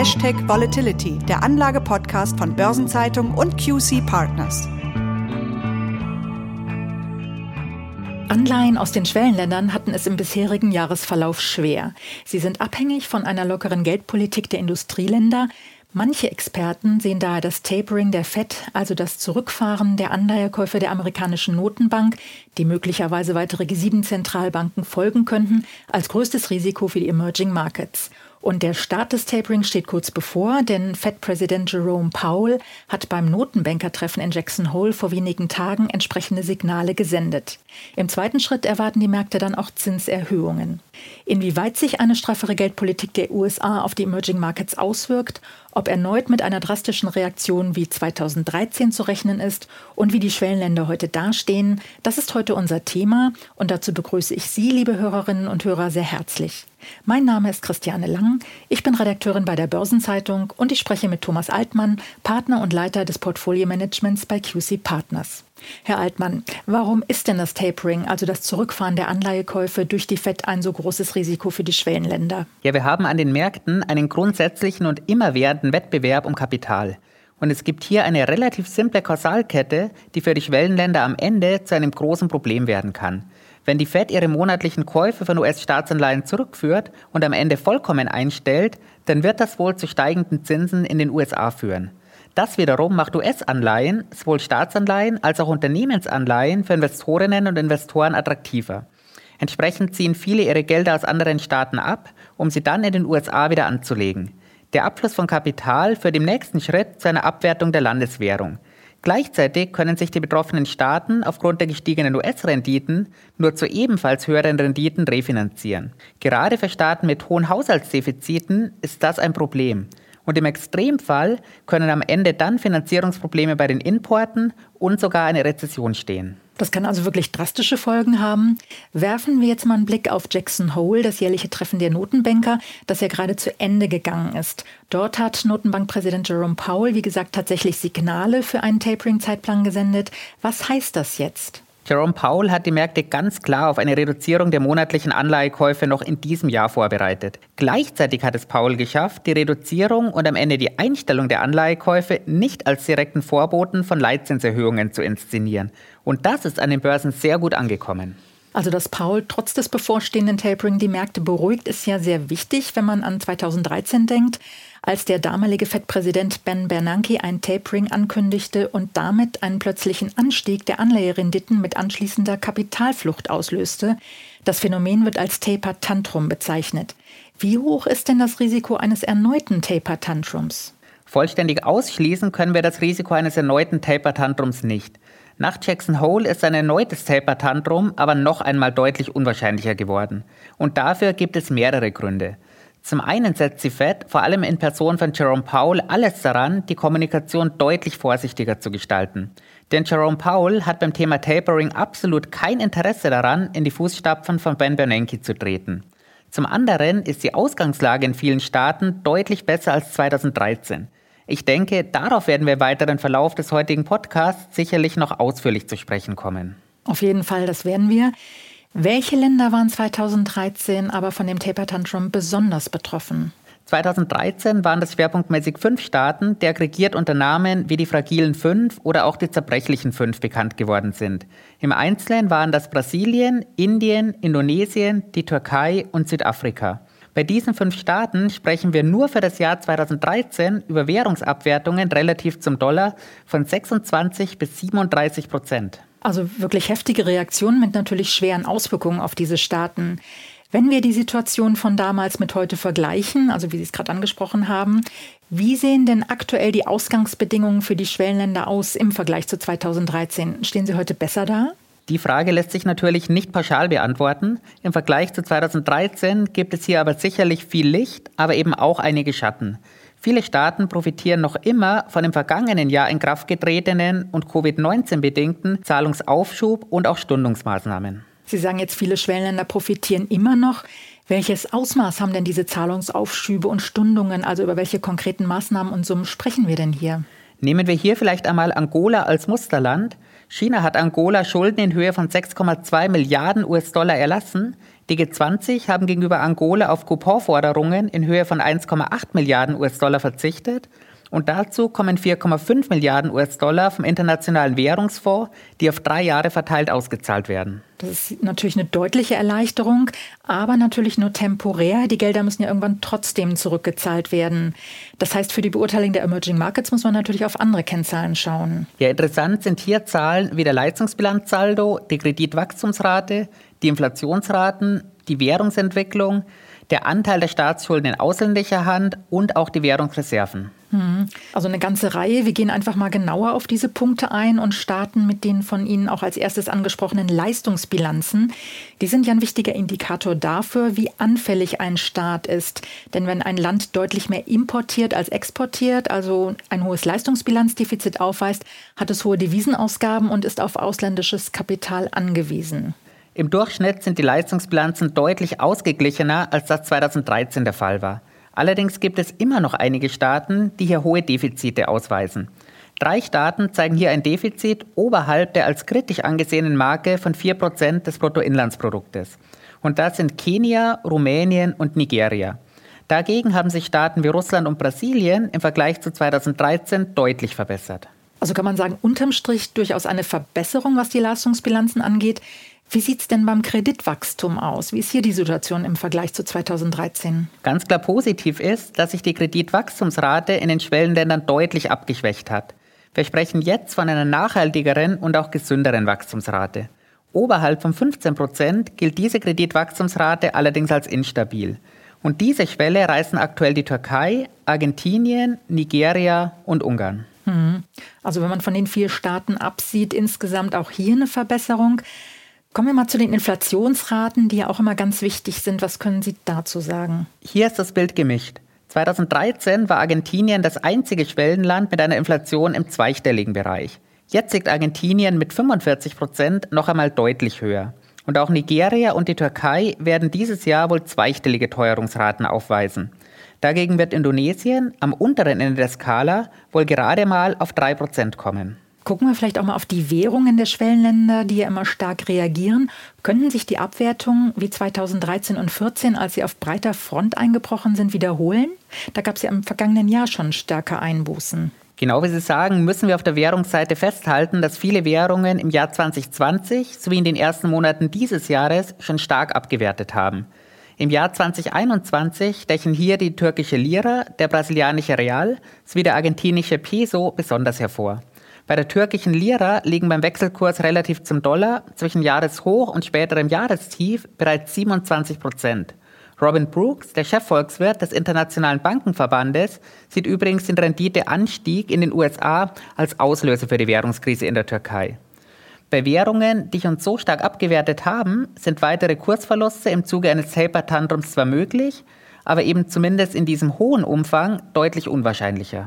#Volatility, der Anlage-Podcast von Börsenzeitung und QC Partners. Anleihen aus den Schwellenländern hatten es im bisherigen Jahresverlauf schwer. Sie sind abhängig von einer lockeren Geldpolitik der Industrieländer. Manche Experten sehen daher das Tapering der Fed, also das Zurückfahren der Anleihekäufe der amerikanischen Notenbank, die möglicherweise weitere G7-Zentralbanken folgen könnten, als größtes Risiko für die Emerging Markets. Und der Start des Taperings steht kurz bevor, denn Fed-Präsident Jerome Powell hat beim Notenbankertreffen in Jackson Hole vor wenigen Tagen entsprechende Signale gesendet. Im zweiten Schritt erwarten die Märkte dann auch Zinserhöhungen. Inwieweit sich eine straffere Geldpolitik der USA auf die Emerging Markets auswirkt, ob erneut mit einer drastischen Reaktion wie 2013 zu rechnen ist und wie die Schwellenländer heute dastehen, das ist heute unser Thema und dazu begrüße ich Sie, liebe Hörerinnen und Hörer, sehr herzlich. Mein Name ist Christiane Lang, ich bin Redakteurin bei der Börsenzeitung und ich spreche mit Thomas Altmann, Partner und Leiter des Portfolio-Managements bei QC Partners. Herr Altmann, warum ist denn das Tapering, also das Zurückfahren der Anleihekäufe durch die Fed, ein so großes Risiko für die Schwellenländer? Ja, wir haben an den Märkten einen grundsätzlichen und immerwährenden Wettbewerb um Kapital. Und es gibt hier eine relativ simple Kausalkette, die für die Schwellenländer am Ende zu einem großen Problem werden kann. Wenn die Fed ihre monatlichen Käufe von US-Staatsanleihen zurückführt und am Ende vollkommen einstellt, dann wird das wohl zu steigenden Zinsen in den USA führen. Das wiederum macht US-Anleihen, sowohl Staatsanleihen als auch Unternehmensanleihen, für Investorinnen und Investoren attraktiver. Entsprechend ziehen viele ihre Gelder aus anderen Staaten ab, um sie dann in den USA wieder anzulegen. Der Abfluss von Kapital führt im nächsten Schritt zu einer Abwertung der Landeswährung. Gleichzeitig können sich die betroffenen Staaten aufgrund der gestiegenen US-Renditen nur zu ebenfalls höheren Renditen refinanzieren. Gerade für Staaten mit hohen Haushaltsdefiziten ist das ein Problem. Und im Extremfall können am Ende dann Finanzierungsprobleme bei den Importen und sogar eine Rezession stehen. Das kann also wirklich drastische Folgen haben. Werfen wir jetzt mal einen Blick auf Jackson Hole, das jährliche Treffen der Notenbanker, das ja gerade zu Ende gegangen ist. Dort hat Notenbankpräsident Jerome Powell, wie gesagt, tatsächlich Signale für einen Tapering-Zeitplan gesendet. Was heißt das jetzt? Jerome Powell hat die Märkte ganz klar auf eine Reduzierung der monatlichen Anleihekäufe noch in diesem Jahr vorbereitet. Gleichzeitig hat es Powell geschafft, die Reduzierung und am Ende die Einstellung der Anleihekäufe nicht als direkten Vorboten von Leitzinserhöhungen zu inszenieren. Und das ist an den Börsen sehr gut angekommen. Also dass Powell trotz des bevorstehenden Tapering die Märkte beruhigt, ist ja sehr wichtig, wenn man an 2013 denkt, als der damalige Fed-Präsident Ben Bernanke ein Tapering ankündigte und damit einen plötzlichen Anstieg der Anleiherenditen mit anschließender Kapitalflucht auslöste. Das Phänomen wird als Taper-Tantrum bezeichnet. Wie hoch ist denn das Risiko eines erneuten Taper-Tantrums? Vollständig ausschließen können wir das Risiko eines erneuten Taper-Tantrums nicht. Nach Jackson Hole ist ein erneutes Taper-Tantrum aber noch einmal deutlich unwahrscheinlicher geworden. Und dafür gibt es mehrere Gründe. Zum einen setzt die Fed, vor allem in Person von Jerome Powell, alles daran, die Kommunikation deutlich vorsichtiger zu gestalten. Denn Jerome Powell hat beim Thema Tapering absolut kein Interesse daran, in die Fußstapfen von Ben Bernanke zu treten. Zum anderen ist die Ausgangslage in vielen Staaten deutlich besser als 2013. Ich denke, darauf werden wir im weiteren Verlauf des heutigen Podcasts sicherlich noch ausführlich zu sprechen kommen. Auf jeden Fall, das werden wir. Welche Länder waren 2013 aber von dem Taper-Tantrum besonders betroffen? 2013 waren das schwerpunktmäßig 5 Staaten, die aggregiert unter Namen wie die fragilen 5 oder auch die zerbrechlichen 5 bekannt geworden sind. Im Einzelnen waren das Brasilien, Indien, Indonesien, die Türkei und Südafrika. Bei diesen 5 Staaten sprechen wir nur für das Jahr 2013 über Währungsabwertungen relativ zum Dollar von 26% bis 37%. Also wirklich heftige Reaktionen mit natürlich schweren Auswirkungen auf diese Staaten. Wenn wir die Situation von damals mit heute vergleichen, also wie Sie es gerade angesprochen haben, wie sehen denn aktuell die Ausgangsbedingungen für die Schwellenländer aus im Vergleich zu 2013? Stehen sie heute besser da? Die Frage lässt sich natürlich nicht pauschal beantworten. Im Vergleich zu 2013 gibt es hier aber sicherlich viel Licht, aber eben auch einige Schatten. Viele Staaten profitieren noch immer von im vergangenen Jahr in Kraft getretenen und Covid-19-bedingten Zahlungsaufschub und auch Stundungsmaßnahmen. Sie sagen jetzt, viele Schwellenländer profitieren immer noch. Welches Ausmaß haben denn diese Zahlungsaufschübe und Stundungen? Also über welche konkreten Maßnahmen und Summen sprechen wir denn hier? Nehmen wir hier vielleicht einmal Angola als Musterland. China hat Angola Schulden in Höhe von 6,2 Milliarden US-Dollar erlassen. Die G20 haben gegenüber Angola auf Couponforderungen in Höhe von 1,8 Milliarden US-Dollar verzichtet. Und dazu kommen 4,5 Milliarden US-Dollar vom Internationalen Währungsfonds, die auf 3 Jahre verteilt ausgezahlt werden. Das ist natürlich eine deutliche Erleichterung, aber natürlich nur temporär. Die Gelder müssen ja irgendwann trotzdem zurückgezahlt werden. Das heißt, für die Beurteilung der Emerging Markets muss man natürlich auf andere Kennzahlen schauen. Ja, interessant sind hier Zahlen wie der Leistungsbilanzsaldo, die Kreditwachstumsrate, die Inflationsraten, die Währungsentwicklung, der Anteil der Staatsschulden in ausländischer Hand und auch die Währungsreserven. Also eine ganze Reihe. Wir gehen einfach mal genauer auf diese Punkte ein und starten mit den von Ihnen auch als erstes angesprochenen Leistungsbilanzen. Die sind ja ein wichtiger Indikator dafür, wie anfällig ein Staat ist. Denn wenn ein Land deutlich mehr importiert als exportiert, also ein hohes Leistungsbilanzdefizit aufweist, hat es hohe Devisenausgaben und ist auf ausländisches Kapital angewiesen. Im Durchschnitt sind die Leistungsbilanzen deutlich ausgeglichener, als das 2013 der Fall war. Allerdings gibt es immer noch einige Staaten, die hier hohe Defizite ausweisen. 3 Staaten zeigen hier ein Defizit oberhalb der als kritisch angesehenen Marke von 4% des Bruttoinlandsproduktes. Und das sind Kenia, Rumänien und Nigeria. Dagegen haben sich Staaten wie Russland und Brasilien im Vergleich zu 2013 deutlich verbessert. Also kann man sagen, unterm Strich durchaus eine Verbesserung, was die Leistungsbilanzen angeht. Wie sieht es denn beim Kreditwachstum aus? Wie ist hier die Situation im Vergleich zu 2013? Ganz klar positiv ist, dass sich die Kreditwachstumsrate in den Schwellenländern deutlich abgeschwächt hat. Wir sprechen jetzt von einer nachhaltigeren und auch gesünderen Wachstumsrate. Oberhalb von 15% gilt diese Kreditwachstumsrate allerdings als instabil. Und diese Schwelle reißen aktuell die Türkei, Argentinien, Nigeria und Ungarn. Also wenn man von den 4 Staaten absieht, insgesamt auch hier eine Verbesserung. Kommen wir mal zu den Inflationsraten, die ja auch immer ganz wichtig sind. Was können Sie dazu sagen? Hier ist das Bild gemischt. 2013 war Argentinien das einzige Schwellenland mit einer Inflation im zweistelligen Bereich. Jetzt liegt Argentinien mit 45% noch einmal deutlich höher. Und auch Nigeria und die Türkei werden dieses Jahr wohl zweistellige Teuerungsraten aufweisen. Dagegen wird Indonesien am unteren Ende der Skala wohl gerade mal auf 3% kommen. Gucken wir vielleicht auch mal auf die Währungen der Schwellenländer, die ja immer stark reagieren. Könnten sich die Abwertungen wie 2013 und 2014, als sie auf breiter Front eingebrochen sind, wiederholen? Da gab es ja im vergangenen Jahr schon stärker Einbußen. Genau wie Sie sagen, müssen wir auf der Währungsseite festhalten, dass viele Währungen im Jahr 2020 sowie in den ersten Monaten dieses Jahres schon stark abgewertet haben. Im Jahr 2021 stechen hier die türkische Lira, der brasilianische Real sowie der argentinische Peso besonders hervor. Bei der türkischen Lira liegen beim Wechselkurs relativ zum Dollar zwischen Jahreshoch und späterem Jahrestief bereits 27%. Robin Brooks, der Chefvolkswirt des Internationalen Bankenverbandes, sieht übrigens den Renditeanstieg in den USA als Auslöser für die Währungskrise in der Türkei. Bei Währungen, die schon so stark abgewertet haben, sind weitere Kursverluste im Zuge eines Taper-Tantrums zwar möglich, aber eben zumindest in diesem hohen Umfang deutlich unwahrscheinlicher.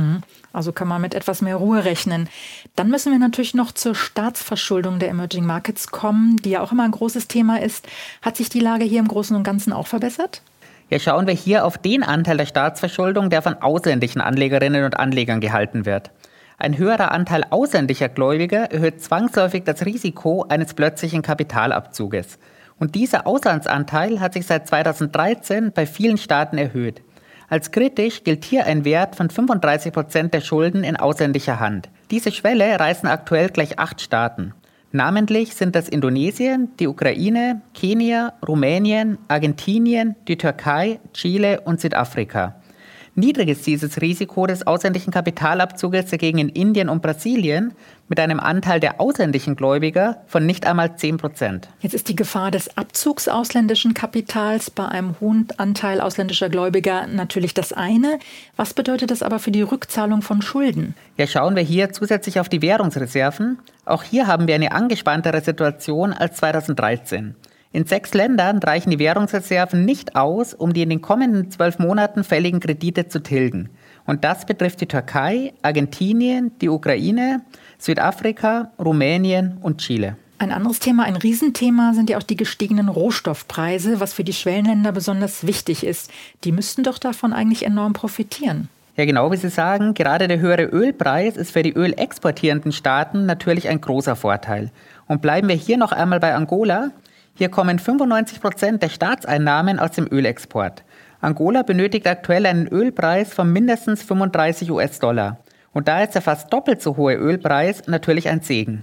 Also kann man mit etwas mehr Ruhe rechnen. Dann müssen wir natürlich noch zur Staatsverschuldung der Emerging Markets kommen, die ja auch immer ein großes Thema ist. Hat sich die Lage hier im Großen und Ganzen auch verbessert? Ja, schauen wir hier auf den Anteil der Staatsverschuldung, der von ausländischen Anlegerinnen und Anlegern gehalten wird. Ein höherer Anteil ausländischer Gläubiger erhöht zwangsläufig das Risiko eines plötzlichen Kapitalabzuges. Und dieser Auslandsanteil hat sich seit 2013 bei vielen Staaten erhöht. Als kritisch gilt hier ein Wert von 35% der Schulden in ausländischer Hand. Diese Schwelle reißen aktuell gleich 8 Staaten. Namentlich sind das Indonesien, die Ukraine, Kenia, Rumänien, Argentinien, die Türkei, Chile und Südafrika. Niedrig ist dieses Risiko des ausländischen Kapitalabzuges dagegen in Indien und Brasilien mit einem Anteil der ausländischen Gläubiger von nicht einmal 10%. Jetzt ist die Gefahr des Abzugs ausländischen Kapitals bei einem hohen Anteil ausländischer Gläubiger natürlich das eine. Was bedeutet das aber für die Rückzahlung von Schulden? Ja, schauen wir hier zusätzlich auf die Währungsreserven. Auch hier haben wir eine angespanntere Situation als 2013. In 6 Ländern reichen die Währungsreserven nicht aus, um die in den kommenden 12 Monaten fälligen Kredite zu tilgen. Und das betrifft die Türkei, Argentinien, die Ukraine, Südafrika, Rumänien und Chile. Ein anderes Thema, ein Riesenthema sind ja auch die gestiegenen Rohstoffpreise, was für die Schwellenländer besonders wichtig ist. Die müssten doch davon eigentlich enorm profitieren. Ja, genau wie Sie sagen, gerade der höhere Ölpreis ist für die ölexportierenden Staaten natürlich ein großer Vorteil. Und bleiben wir hier noch einmal bei Angola. Hier kommen 95% der Staatseinnahmen aus dem Ölexport. Angola benötigt aktuell einen Ölpreis von mindestens 35 US-Dollar. Und da ist der fast doppelt so hohe Ölpreis natürlich ein Segen.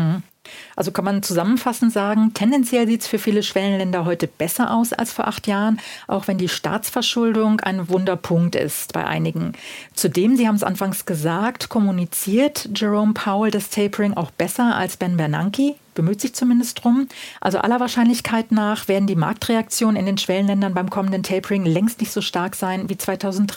Also kann man zusammenfassend sagen, tendenziell sieht es für viele Schwellenländer heute besser aus als vor 8 Jahren, auch wenn die Staatsverschuldung ein Wunderpunkt ist bei einigen. Zudem, Sie haben es anfangs gesagt, kommuniziert Jerome Powell das Tapering auch besser als Ben Bernanke, bemüht sich zumindest drum. Also aller Wahrscheinlichkeit nach werden die Marktreaktionen in den Schwellenländern beim kommenden Tapering längst nicht so stark sein wie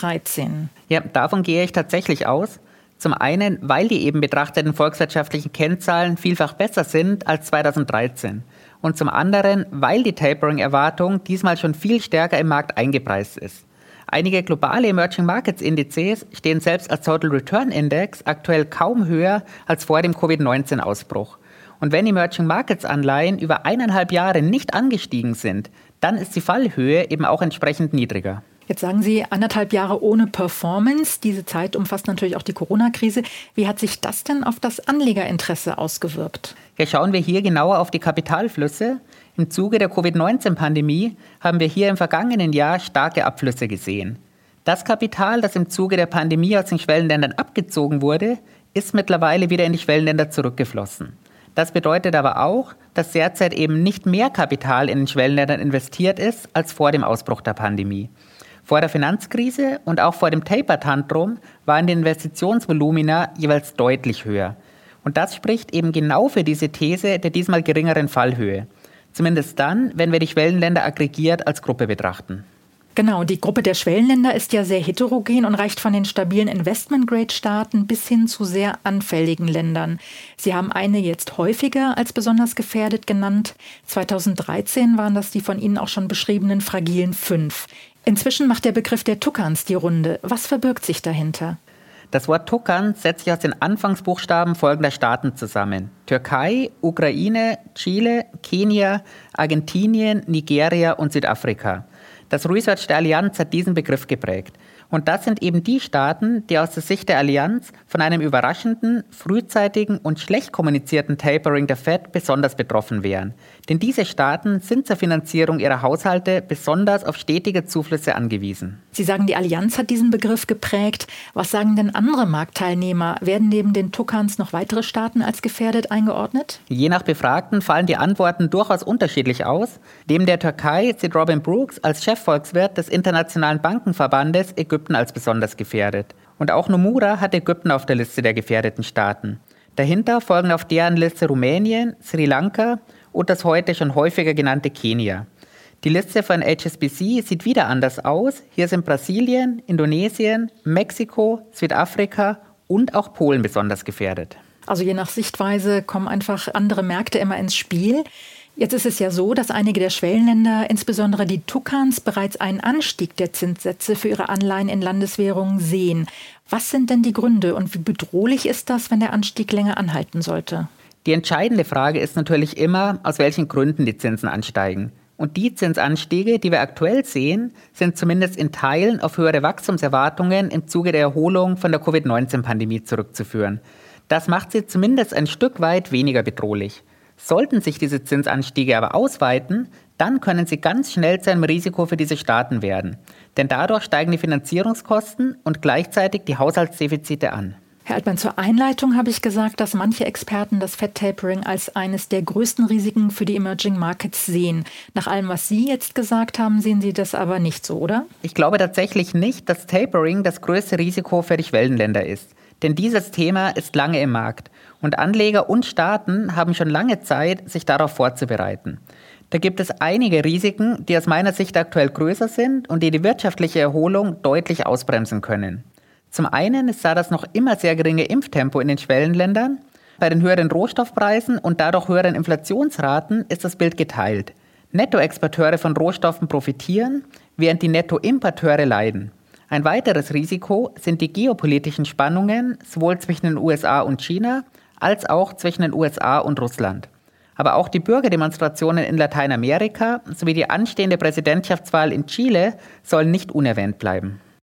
2013. Ja, davon gehe ich tatsächlich aus. Zum einen, weil die eben betrachteten volkswirtschaftlichen Kennzahlen vielfach besser sind als 2013. Und zum anderen, weil die Tapering-Erwartung diesmal schon viel stärker im Markt eingepreist ist. Einige globale Emerging Markets Indizes stehen selbst als Total Return Index aktuell kaum höher als vor dem Covid-19-Ausbruch. Und wenn Emerging Markets Anleihen über 1,5 Jahre nicht angestiegen sind, dann ist die Fallhöhe eben auch entsprechend niedriger. Jetzt sagen Sie 1,5 Jahre ohne Performance. Diese Zeit umfasst natürlich auch die Corona-Krise. Wie hat sich das denn auf das Anlegerinteresse ausgewirkt? Ja, schauen wir hier genauer auf die Kapitalflüsse. Im Zuge der Covid-19-Pandemie haben wir hier im vergangenen Jahr starke Abflüsse gesehen. Das Kapital, das im Zuge der Pandemie aus den Schwellenländern abgezogen wurde, ist mittlerweile wieder in die Schwellenländer zurückgeflossen. Das bedeutet aber auch, dass derzeit eben nicht mehr Kapital in den Schwellenländern investiert ist als vor dem Ausbruch der Pandemie. Vor der Finanzkrise und auch vor dem Taper-Tantrum waren die Investitionsvolumina jeweils deutlich höher. Und das spricht eben genau für diese These der diesmal geringeren Fallhöhe. Zumindest dann, wenn wir die Schwellenländer aggregiert als Gruppe betrachten. Genau, die Gruppe der Schwellenländer ist ja sehr heterogen und reicht von den stabilen Investment-Grade-Staaten bis hin zu sehr anfälligen Ländern. Sie haben eine jetzt häufiger als besonders gefährdet genannt. 2013 waren das die von Ihnen auch schon beschriebenen fragilen 5. Inzwischen macht der Begriff der Tucans die Runde. Was verbirgt sich dahinter? Das Wort Tucan setzt sich aus den Anfangsbuchstaben folgender Staaten zusammen: Türkei, Ukraine, Chile, Kenia, Argentinien, Nigeria und Südafrika. Das Research der Allianz hat diesen Begriff geprägt. Und das sind eben die Staaten, die aus der Sicht der Allianz von einem überraschenden, frühzeitigen und schlecht kommunizierten Tapering der Fed besonders betroffen wären. Denn diese Staaten sind zur Finanzierung ihrer Haushalte besonders auf stetige Zuflüsse angewiesen. Sie sagen, die Allianz hat diesen Begriff geprägt. Was sagen denn andere Marktteilnehmer? Werden neben den Tucans noch weitere Staaten als gefährdet eingeordnet? Je nach Befragten fallen die Antworten durchaus unterschiedlich aus. Neben der Türkei sieht Robin Brooks als Chefvolkswirt des Internationalen Bankenverbandes Ägypten als besonders gefährdet. Und auch Nomura hat Ägypten auf der Liste der gefährdeten Staaten. Dahinter folgen auf deren Liste Rumänien, Sri Lanka und das heute schon häufiger genannte Kenia. Die Liste von HSBC sieht wieder anders aus. Hier sind Brasilien, Indonesien, Mexiko, Südafrika und auch Polen besonders gefährdet. Also je nach Sichtweise kommen einfach andere Märkte immer ins Spiel. Jetzt ist es ja so, dass einige der Schwellenländer, insbesondere die Tucans, bereits einen Anstieg der Zinssätze für ihre Anleihen in Landeswährungen sehen. Was sind denn die Gründe und wie bedrohlich ist das, wenn der Anstieg länger anhalten sollte? Die entscheidende Frage ist natürlich immer, aus welchen Gründen die Zinsen ansteigen. Und die Zinsanstiege, die wir aktuell sehen, sind zumindest in Teilen auf höhere Wachstumserwartungen im Zuge der Erholung von der Covid-19-Pandemie zurückzuführen. Das macht sie zumindest ein Stück weit weniger bedrohlich. Sollten sich diese Zinsanstiege aber ausweiten, dann können sie ganz schnell zu einem Risiko für diese Staaten werden. Denn dadurch steigen die Finanzierungskosten und gleichzeitig die Haushaltsdefizite an. Herr Altmann, zur Einleitung habe ich gesagt, dass manche Experten das Fed-Tapering als eines der größten Risiken für die Emerging Markets sehen. Nach allem, was Sie jetzt gesagt haben, sehen Sie das aber nicht so, oder? Ich glaube tatsächlich nicht, dass Tapering das größte Risiko für die Schwellenländer ist. Denn dieses Thema ist lange im Markt und Anleger und Staaten haben schon lange Zeit, sich darauf vorzubereiten. Da gibt es einige Risiken, die aus meiner Sicht aktuell größer sind und die die wirtschaftliche Erholung deutlich ausbremsen können. Zum einen ist da das noch immer sehr geringe Impftempo in den Schwellenländern. Bei den höheren Rohstoffpreisen und dadurch höheren Inflationsraten ist das Bild geteilt. Nettoexporteure von Rohstoffen profitieren, während die Nettoimporteure leiden. Ein weiteres Risiko sind die geopolitischen Spannungen, sowohl zwischen den USA und China, als auch zwischen den USA und Russland. Aber auch die Bürgerdemonstrationen in Lateinamerika sowie die anstehende Präsidentschaftswahl in Chile sollen nicht unerwähnt bleiben.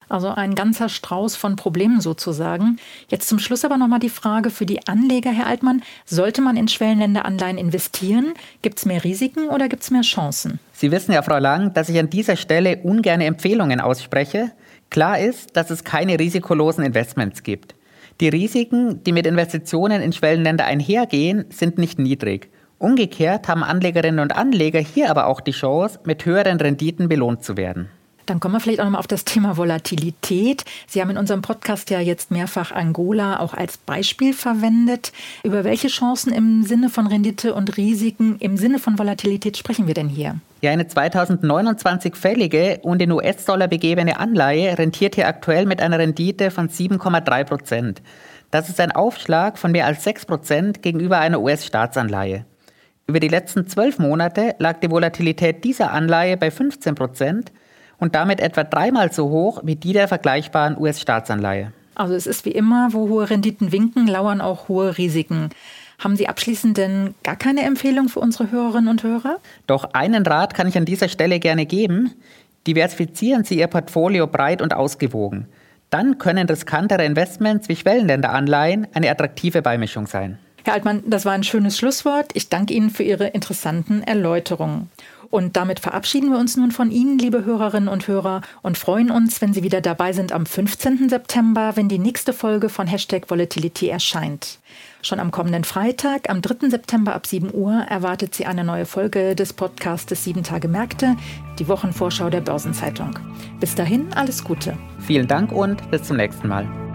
Also ein ganzer Strauß von Problemen sozusagen. Jetzt zum Schluss aber nochmal die Frage für die Anleger, Herr Altmann. Sollte man in Schwellenländeranleihen investieren? Gibt es mehr Risiken oder gibt es mehr Chancen? Sie wissen ja, Frau Lang, dass ich an dieser Stelle ungern Empfehlungen ausspreche. Klar ist, dass es keine risikolosen Investments gibt. Die Risiken, die mit Investitionen in Schwellenländer einhergehen, sind nicht niedrig. Umgekehrt haben Anlegerinnen und Anleger hier aber auch die Chance, mit höheren Renditen belohnt zu werden. Dann kommen wir vielleicht auch nochmal auf das Thema Volatilität. Sie haben in unserem Podcast ja jetzt mehrfach Angola auch als Beispiel verwendet. Über welche Chancen im Sinne von Rendite und Risiken, im Sinne von Volatilität sprechen wir denn hier? Ja, eine 2029 fällige und in US-Dollar begebene Anleihe rentiert hier aktuell mit einer Rendite von 7,3%. Das ist ein Aufschlag von mehr als 6% gegenüber einer US-Staatsanleihe. Über die letzten 12 Monate lag die Volatilität dieser Anleihe bei 15%. Und damit etwa 3-mal so hoch wie die der vergleichbaren US-Staatsanleihe. Also es ist wie immer, wo hohe Renditen winken, lauern auch hohe Risiken. Haben Sie abschließend denn gar keine Empfehlung für unsere Hörerinnen und Hörer? Doch einen Rat kann ich an dieser Stelle gerne geben. Diversifizieren Sie Ihr Portfolio breit und ausgewogen. Dann können riskantere Investments wie Schwellenländeranleihen eine attraktive Beimischung sein. Herr Altmann, das war ein schönes Schlusswort. Ich danke Ihnen für Ihre interessanten Erläuterungen. Und damit verabschieden wir uns nun von Ihnen, liebe Hörerinnen und Hörer, und freuen uns, wenn Sie wieder dabei sind am 15. September, wenn die nächste Folge von #Volatility erscheint. Schon am kommenden Freitag, am 3. September ab 7 Uhr, erwartet Sie eine neue Folge des Podcastes 7 Tage Märkte, die Wochenvorschau der Börsenzeitung. Bis dahin, alles Gute. Vielen Dank und bis zum nächsten Mal.